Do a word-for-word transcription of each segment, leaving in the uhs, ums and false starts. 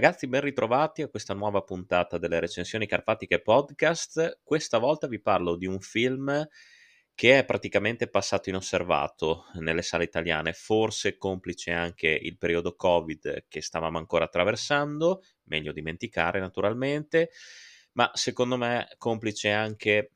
ragazzi, ben ritrovati a questa nuova puntata delle recensioni carpatiche podcast. Questa volta vi parlo di un film che è praticamente passato inosservato nelle sale italiane, forse complice anche il periodo Covid che stavamo ancora attraversando, meglio dimenticare naturalmente, ma secondo me complice anche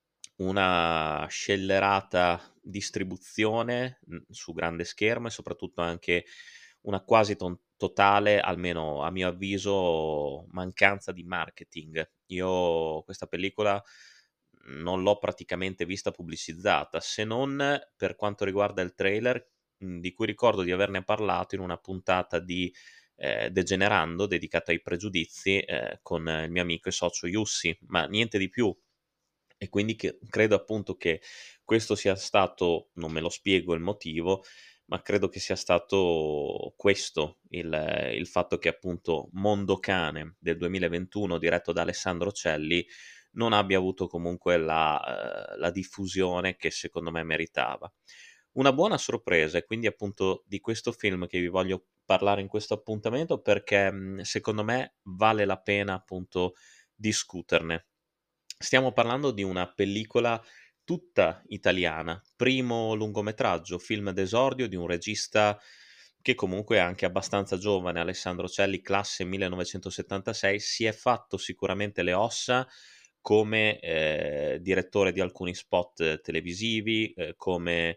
una scellerata distribuzione mh, su grande schermo e soprattutto anche una quasi ton- totale, almeno a mio avviso, mancanza di marketing. Io questa pellicola non l'ho praticamente vista pubblicizzata, se non per quanto riguarda il trailer, mh, di cui ricordo di averne parlato in una puntata di eh, Degenerando, dedicata ai pregiudizi, eh, con il mio amico e socio Yussi, ma niente di più. E quindi che credo appunto che questo sia stato, non me lo spiego il motivo, ma credo che sia stato questo il, il fatto che appunto Mondocane del duemilaventuno, diretto da Alessandro Celli, non abbia avuto comunque la, eh, la diffusione che secondo me meritava. Una buona sorpresa, e quindi appunto di questo film che vi voglio parlare in questo appuntamento, perché mh, secondo me vale la pena appunto discuterne. Stiamo parlando di una pellicola tutta italiana, primo lungometraggio, film d'esordio di un regista che comunque è anche abbastanza giovane, Alessandro Celli, classe millenovecentosettantasei, si è fatto sicuramente le ossa come eh, direttore di alcuni spot televisivi, eh, come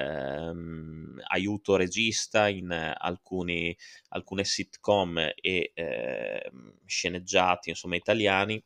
ehm, aiuto regista in eh, alcuni, alcune sitcom e ehm, sceneggiati, insomma, italiani.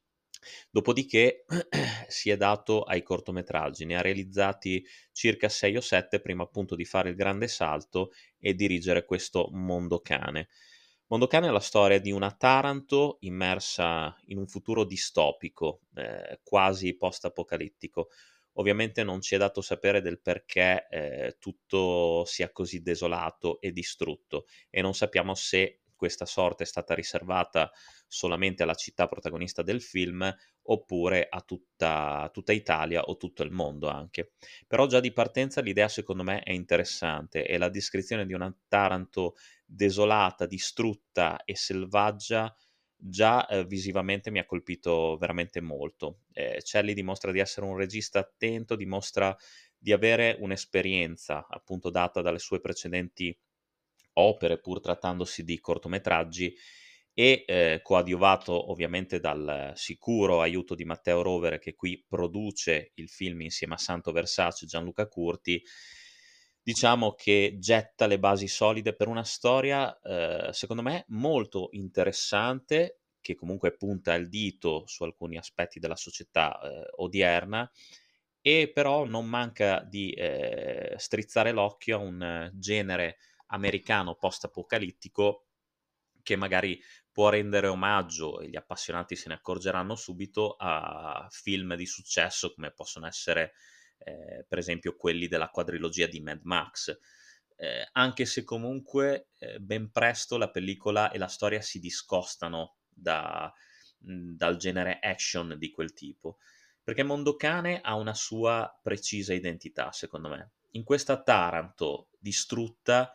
Dopodiché si è dato ai cortometraggi, ne ha realizzati circa sei o sette prima appunto di fare il grande salto e dirigere questo Mondocane. Mondocane è la storia di una Taranto immersa in un futuro distopico, eh, quasi post-apocalittico. Ovviamente non ci è dato sapere del perché eh, tutto sia così desolato e distrutto e non sappiamo se questa sorte è stata riservata solamente alla città protagonista del film oppure a tutta, tutta Italia o tutto il mondo anche. Però già di partenza l'idea secondo me è interessante e la descrizione di una Taranto desolata, distrutta e selvaggia già eh, visivamente mi ha colpito veramente molto. Eh, Celli dimostra di essere un regista attento, dimostra di avere un'esperienza appunto data dalle sue precedenti opere, pur trattandosi di cortometraggi, e eh, coadiuvato ovviamente dal sicuro aiuto di Matteo Rovere, che qui produce il film insieme a Santo Versace e Gianluca Curti. Diciamo che getta le basi solide per una storia, eh, secondo me, molto interessante, che comunque punta il dito su alcuni aspetti della società eh, odierna, e però non manca di eh, strizzare l'occhio a un eh, genere americano post-apocalittico che magari può rendere omaggio, e gli appassionati se ne accorgeranno subito, a film di successo come possono essere eh, per esempio quelli della quadrilogia di Mad Max. Eh, anche se comunque eh, ben presto la pellicola e la storia si discostano da, mh, dal genere action di quel tipo, perché Mondocane ha una sua precisa identità, secondo me. In questa Taranto distrutta,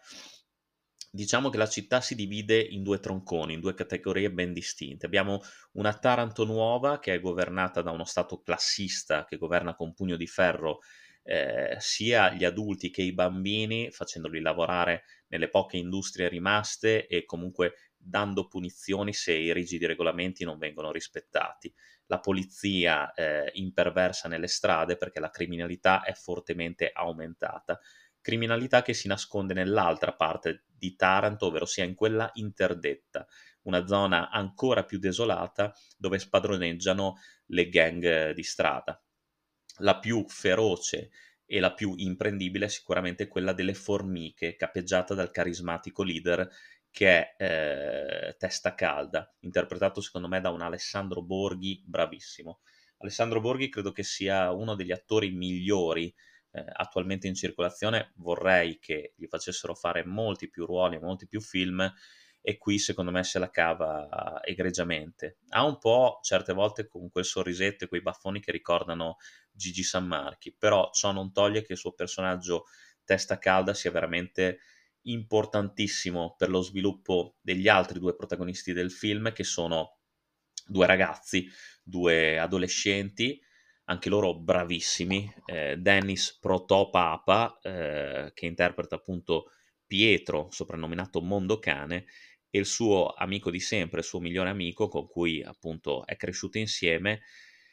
diciamo che la città si divide in due tronconi, in due categorie ben distinte. Abbiamo una Taranto nuova che è governata da uno Stato classista che governa con pugno di ferro eh, sia gli adulti che i bambini, facendoli lavorare nelle poche industrie rimaste e comunque dando punizioni se i rigidi regolamenti non vengono rispettati. La polizia eh, imperversa nelle strade perché la criminalità è fortemente aumentata. Criminalità che si nasconde nell'altra parte di Taranto, ovvero sia in quella interdetta, una zona ancora più desolata dove spadroneggiano le gang di strada. La più feroce e la più imprendibile è sicuramente quella delle Formiche, capeggiata dal carismatico leader che è eh, Testa Calda, interpretato secondo me da un Alessandro Borghi bravissimo. Alessandro Borghi credo che sia uno degli attori migliori eh, attualmente in circolazione. Vorrei che gli facessero fare molti più ruoli, molti più film, e qui secondo me se la cava egregiamente. Ha un po' certe volte con quel sorrisetto e quei baffoni che ricordano Gigi Sammarchi, però ciò non toglie che il suo personaggio Testa Calda sia veramente importantissimo per lo sviluppo degli altri due protagonisti del film, che sono due ragazzi, due adolescenti, anche loro bravissimi, eh, Dennis Protopapa, eh, che interpreta appunto Pietro, soprannominato Mondocane, e il suo amico di sempre, il suo migliore amico, con cui appunto è cresciuto insieme,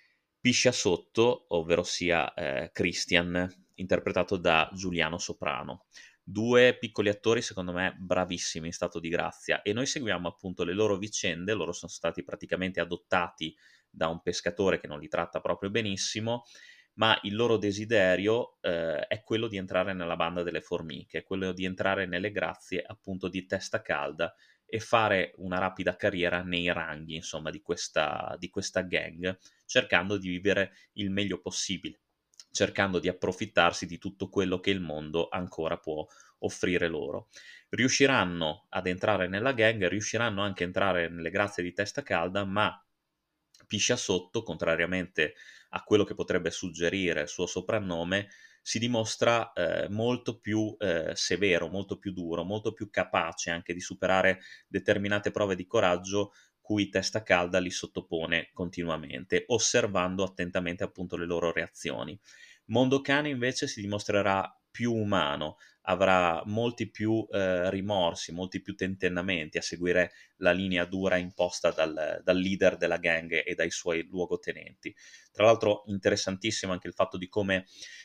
Pisciasotto, ovverosia eh, Christian, interpretato da Giuliano Soprano. Due piccoli attori, secondo me, bravissimi in stato di grazia, e noi seguiamo appunto le loro vicende. Loro sono stati praticamente adottati da un pescatore che non li tratta proprio benissimo, ma il loro desiderio eh, è quello di entrare nella banda delle formiche, quello di entrare nelle grazie appunto di Testa Calda e fare una rapida carriera nei ranghi, insomma, di questa, di questa gang, cercando di vivere il meglio possibile, cercando di approfittarsi di tutto quello che il mondo ancora può offrire loro. Riusciranno ad entrare nella gang, riusciranno anche a entrare nelle grazie di Testa Calda, ma Pisciasotto, contrariamente a quello che potrebbe suggerire il suo soprannome, si dimostra eh, molto più eh, severo, molto più duro, molto più capace anche di superare determinate prove di coraggio cui Testa Calda li sottopone continuamente, osservando attentamente appunto le loro reazioni. Mondocane invece si dimostrerà più umano, avrà molti più eh, rimorsi, molti più tentennamenti a seguire la linea dura imposta dal, dal leader della gang e dai suoi luogotenenti. Tra l'altro interessantissimo anche il fatto di come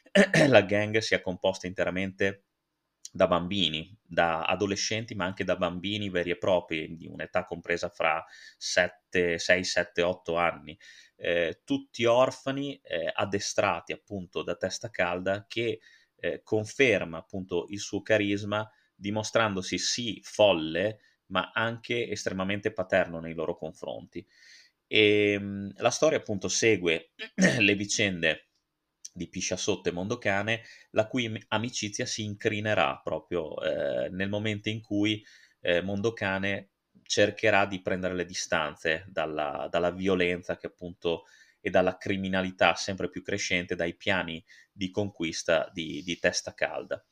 la gang sia composta interamente da bambini, da adolescenti, ma anche da bambini veri e propri, di un'età compresa fra sette, sei, sette, otto anni, eh, tutti orfani, eh, addestrati appunto da Testa Calda, che eh, conferma appunto il suo carisma, dimostrandosi sì folle, ma anche estremamente paterno nei loro confronti. E mh, la storia appunto segue le vicende di Pisciasotto e Mondocane, la cui am- amicizia si incrinerà proprio eh, nel momento in cui eh, Mondocane cercherà di prendere le distanze dalla, dalla violenza che appunto e dalla criminalità sempre più crescente, dai piani di conquista di, di Testa Calda.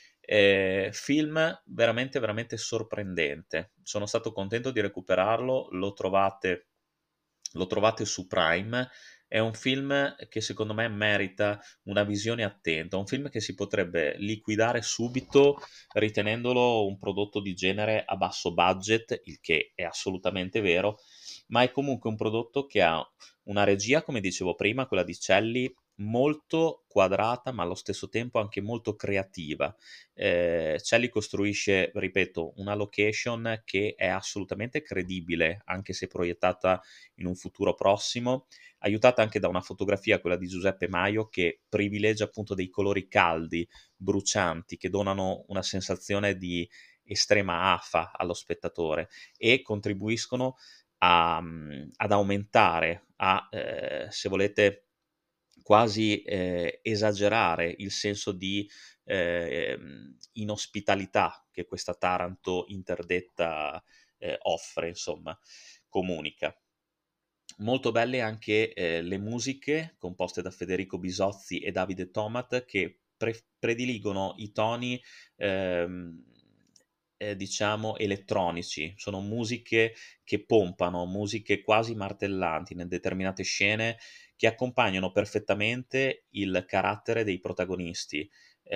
Eh, film veramente, veramente sorprendente. Sono stato contento di recuperarlo, lo trovate, lo trovate su Prime. È un film che secondo me merita una visione attenta, un film che si potrebbe liquidare subito ritenendolo un prodotto di genere a basso budget, il che è assolutamente vero, ma è comunque un prodotto che ha una regia, come dicevo prima, quella di Celli, molto quadrata, ma allo stesso tempo anche molto creativa. Eh, Celli costruisce, ripeto, una location che è assolutamente credibile, anche se proiettata in un futuro prossimo, aiutata anche da una fotografia, quella di Giuseppe Maio, che privilegia appunto dei colori caldi, brucianti, che donano una sensazione di estrema afa allo spettatore e contribuiscono a, mh, ad aumentare, a, eh, se volete, quasi eh, esagerare il senso di eh, inospitalità che questa Taranto interdetta eh, offre, insomma, comunica. Molto belle anche eh, le musiche composte da Federico Bisozzi e Davide Tomat, che pre- prediligono i toni ehm, eh, diciamo elettronici. Sono musiche che pompano, musiche quasi martellanti in determinate scene, che accompagnano perfettamente il carattere dei protagonisti,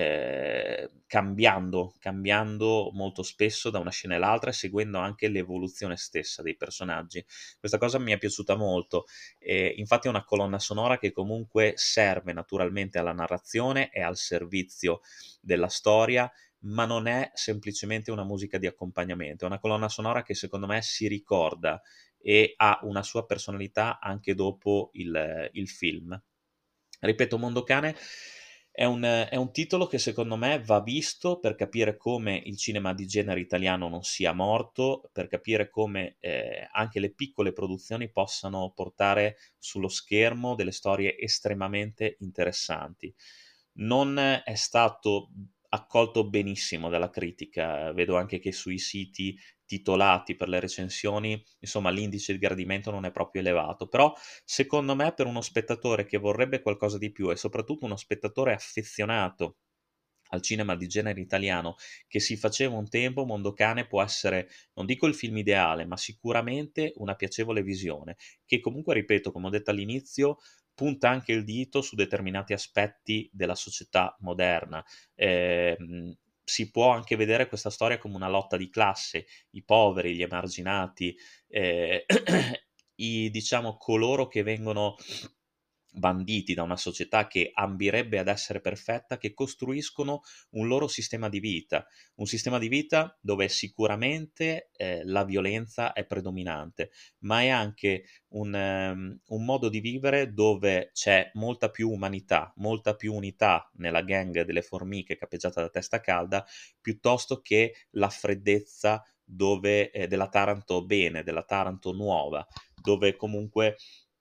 eh, cambiando, cambiando molto spesso da una scena all'altra e seguendo anche l'evoluzione stessa dei personaggi. Questa cosa mi è piaciuta molto, e infatti è una colonna sonora che comunque serve naturalmente alla narrazione e al servizio della storia, ma non è semplicemente una musica di accompagnamento, è una colonna sonora che secondo me si ricorda e ha una sua personalità anche dopo il, il film. Ripeto, Mondocane è un, è un titolo che secondo me va visto per capire come il cinema di genere italiano non sia morto, per capire come eh, anche le piccole produzioni possano portare sullo schermo delle storie estremamente interessanti. Non è stato accolto benissimo dalla critica, vedo anche che sui siti titolati per le recensioni, insomma, l'indice di gradimento non è proprio elevato, però secondo me per uno spettatore che vorrebbe qualcosa di più e soprattutto uno spettatore affezionato al cinema di genere italiano che si faceva un tempo, Mondocane può essere, non dico il film ideale, ma sicuramente una piacevole visione, che comunque, ripeto, come ho detto all'inizio, punta anche il dito su determinati aspetti della società moderna. Ehm, si può anche vedere questa storia come una lotta di classe, i poveri, gli emarginati, ehm, i diciamo coloro che vengono banditi da una società che ambirebbe ad essere perfetta, che costruiscono un loro sistema di vita, un sistema di vita dove sicuramente, ehm, la violenza è predominante, ma è anche un ehm, un modo di vivere dove c'è molta più umanità, molta più unità nella gang delle formiche capeggiata da Testa Calda, piuttosto che la freddezza dove ehm, della Taranto bene, della Taranto nuova, dove comunque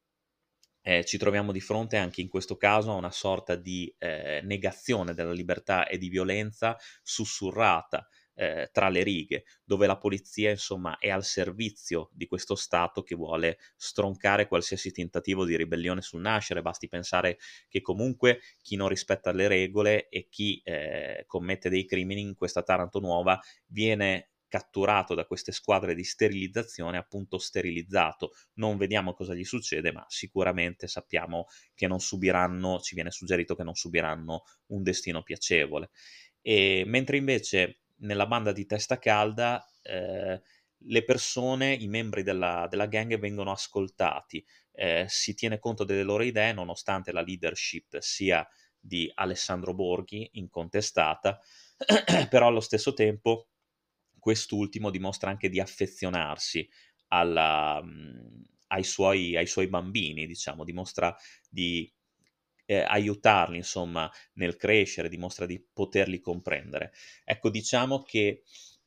ehm, ci troviamo di fronte anche in questo caso a una sorta di, ehm, negazione della libertà e di violenza sussurrata, ehm, tra le righe, dove la polizia insomma è al servizio di questo Stato che vuole stroncare qualsiasi tentativo di ribellione sul nascere. Basti pensare che comunque chi non rispetta le regole e chi, ehm, commette dei crimini in questa Taranto nuova viene catturato da queste squadre di sterilizzazione, appunto sterilizzato. Non vediamo cosa gli succede, ma sicuramente sappiamo che non subiranno, ci viene suggerito che non subiranno un destino piacevole. E mentre invece nella banda di Testa Calda, ehm, le persone, i membri della della gang vengono ascoltati, ehm, si tiene conto delle loro idee nonostante la leadership sia di Alessandro Borghi, incontestata, però allo stesso tempo quest'ultimo dimostra anche di affezionarsi alla mhmm, ai suoi ai suoi bambini, diciamo, dimostra di, ehm, aiutarli insomma nel crescere, dimostra di poterli comprendere. Ecco, diciamo che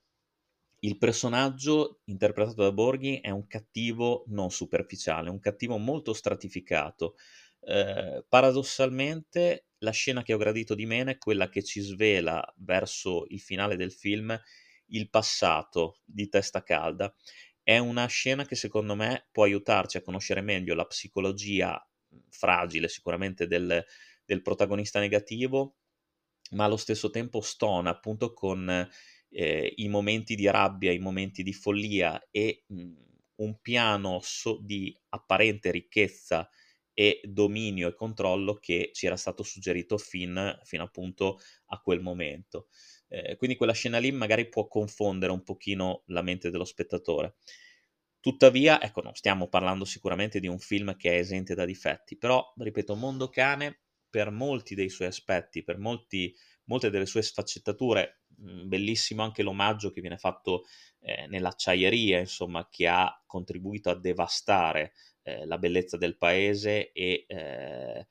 il personaggio interpretato da Borghi è un cattivo non superficiale, un cattivo molto stratificato. Ehm, paradossalmente la scena che ho gradito di meno è quella che ci svela verso il finale del film il passato di Testa Calda. È una scena che secondo me può aiutarci a conoscere meglio la psicologia, mhmm, fragile sicuramente del del protagonista negativo, ma allo stesso tempo stona appunto con, ehm, i momenti di rabbia, i momenti di follia e, mhmm, un piano so di apparente ricchezza e dominio e controllo che ci era stato suggerito fin fino appunto a quel momento. Ehm, quindi quella scena lì magari può confondere un pochino la mente dello spettatore. Tuttavia, ecco, non stiamo parlando sicuramente di un film che è esente da difetti, però ripeto, Mondocane per molti dei suoi aspetti, per molti molte delle sue sfaccettature, mhmm, bellissimo anche l'omaggio che viene fatto, ehm, nell'acciaieria, insomma, che ha contribuito a devastare, ehm, la bellezza del paese e, ehm,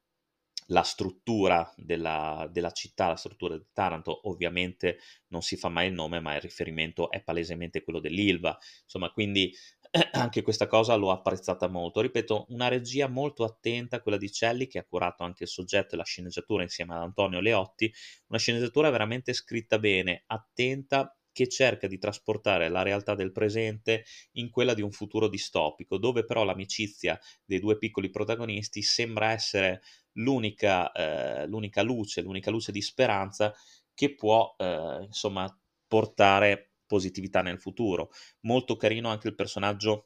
la struttura della della città, la struttura di Taranto. Ovviamente non si fa mai il nome, ma il riferimento è palesemente quello dell'Ilva. Insomma, quindi anche questa cosa l'ho apprezzata molto. Ripeto, una regia molto attenta, quella di Celli, che ha curato anche il soggetto e la sceneggiatura insieme ad Antonio Leotti, una sceneggiatura veramente scritta bene, attenta, che cerca di trasportare la realtà del presente in quella di un futuro distopico, dove però l'amicizia dei due piccoli protagonisti sembra essere l'unica ehm, l'unica luce, l'unica luce di speranza che può, ehm, insomma portare positività nel futuro. Molto carino anche il personaggio,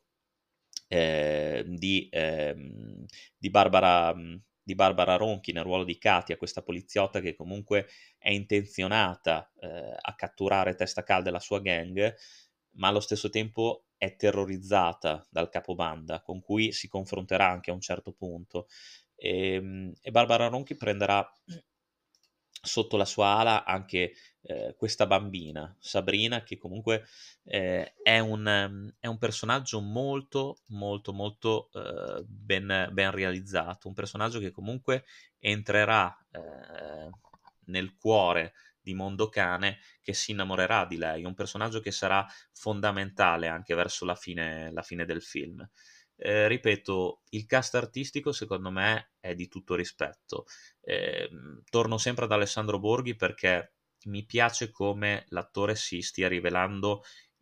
ehm, di ehm, di Barbara mhmm, di Barbara Ronchi nel ruolo di Katia, questa poliziotta che comunque è intenzionata, ehm, a catturare Testa Calda e la sua gang, ma allo stesso tempo è terrorizzata dal capobanda, con cui si confronterà anche a un certo punto. Ehm, e Barbara Ronchi prenderà sotto la sua ala anche, ehm, questa bambina, Sabrina, che comunque, ehm, è un mhmm, è un personaggio molto, molto, molto, uhm, ben ben realizzato, un personaggio che comunque entrerà, ehm, nel cuore di Mondocane, che si innamorerà di lei, un personaggio che sarà fondamentale anche verso la fine la fine del film. Ehm, ripeto, il cast artistico secondo me è di tutto rispetto. Ehm, torno sempre ad Alessandro Borghi perché mi piace come l'attore si stia rivelando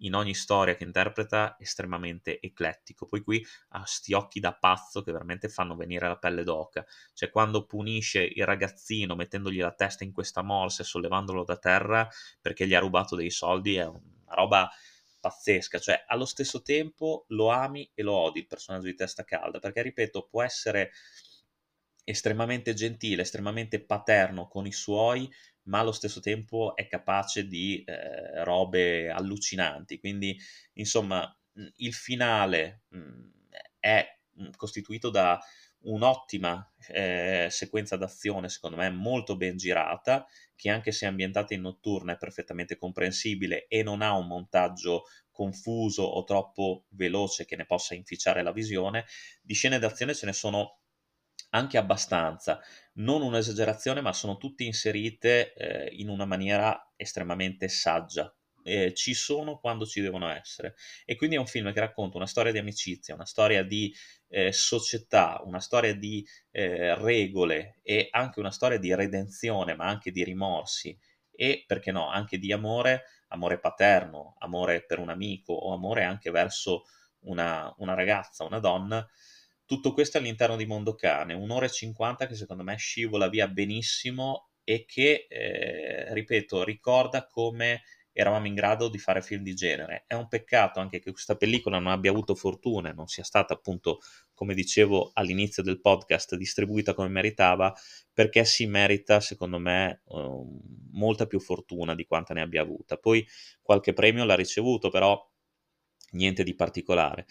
in ogni storia che interpreta estremamente eclettico. Poi qui ha sti occhi da pazzo che veramente fanno venire la pelle d'oca. Cioè quando punisce il ragazzino mettendogli la testa in questa morsa e sollevandolo da terra perché gli ha rubato dei soldi è una roba pazzesca. Cioè allo stesso tempo lo ami e lo odi il personaggio di Testa Calda, perché ripeto, può essere estremamente gentile, estremamente paterno con i suoi, ma allo stesso tempo è capace di eh, robe allucinanti. Quindi, insomma, mh, il finale mh, è mh, costituito da un'ottima eh, sequenza d'azione, secondo me molto ben girata, che anche se ambientata in notturna è perfettamente comprensibile e non ha un montaggio confuso o troppo veloce che ne possa inficiare la visione. Di scene d'azione ce ne sono anche abbastanza, non un'esagerazione, ma sono tutte inserite eh, in una maniera estremamente saggia. Eh, ci sono quando ci devono essere. E quindi è un film che racconta una storia di amicizia, una storia di eh, società, una storia di eh, regole e anche una storia di redenzione, ma anche di rimorsi e, perché no, anche di amore, amore paterno, amore per un amico o amore anche verso una, una ragazza, una donna. Tutto questo all'interno di Mondocane, un'ora e cinquanta che secondo me scivola via benissimo e che, eh, ripeto, ricorda come eravamo in grado di fare film di genere. È un peccato anche che questa pellicola non abbia avuto fortuna e non sia stata appunto, come dicevo all'inizio del podcast, distribuita come meritava, perché si merita, secondo me, eh, molta più fortuna di quanta ne abbia avuta. Poi qualche premio l'ha ricevuto, però niente di particolare.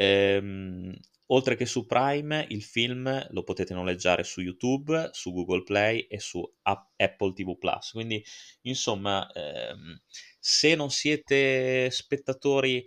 Ehm, oltre che su Prime, il film lo potete noleggiare su YouTube, su Google Play e su App- Apple T V Plus. Quindi, insomma, ehm, se non siete spettatori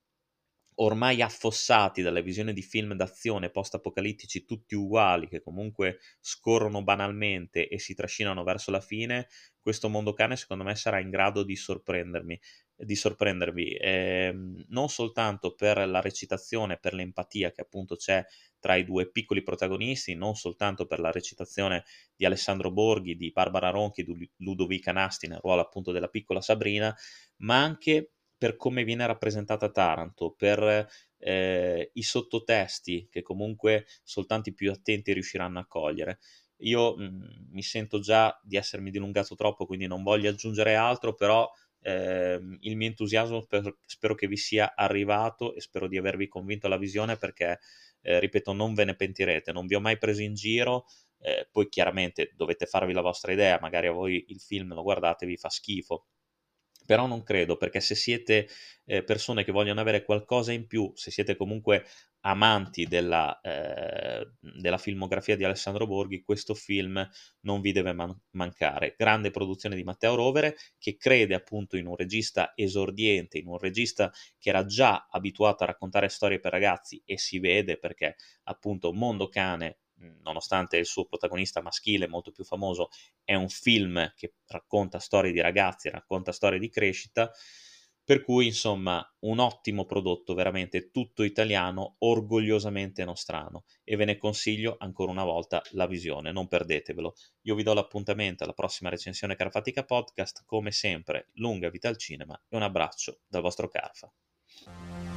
ormai affossati dalle visioni di film d'azione post-apocalittici tutti uguali, che comunque scorrono banalmente e si trascinano verso la fine, questo Mondo Cane secondo me sarà in grado di sorprendermi, di sorprendervi, ehm, non soltanto per la recitazione, per l'empatia che appunto c'è tra i due piccoli protagonisti, non soltanto per la recitazione di Alessandro Borghi, di Barbara Ronchi, di Ludovica Nasti nel ruolo appunto della piccola Sabrina, ma anche per come viene rappresentata Taranto, per eh, i sottotesti che comunque soltanto i più attenti riusciranno a cogliere. Io mh, mi sento già di essermi dilungato troppo, quindi non voglio aggiungere altro, però ehm, il mio entusiasmo per- spero che vi sia arrivato e spero di avervi convinto alla visione perché, eh, ripeto, non ve ne pentirete, non vi ho mai preso in giro. Eh, poi chiaramente dovete farvi la vostra idea, magari a voi il film lo guardate e vi fa schifo, però non credo, perché se siete eh, persone che vogliono avere qualcosa in più, se siete comunque amanti della, eh, della filmografia di Alessandro Borghi, questo film non vi deve man- mancare. Grande produzione di Matteo Rovere, che crede appunto in un regista esordiente, in un regista che era già abituato a raccontare storie per ragazzi, e si vede perché appunto Mondo Cane, mh, nonostante il suo protagonista maschile molto più famoso, è un film che racconta storie di ragazzi, racconta storie di crescita, per cui insomma un ottimo prodotto, veramente tutto italiano, orgogliosamente nostrano, e ve ne consiglio ancora una volta la visione, non perdetevelo. Io vi do l'appuntamento alla prossima recensione Carfatica Podcast, come sempre lunga vita al cinema e un abbraccio dal vostro Carfa.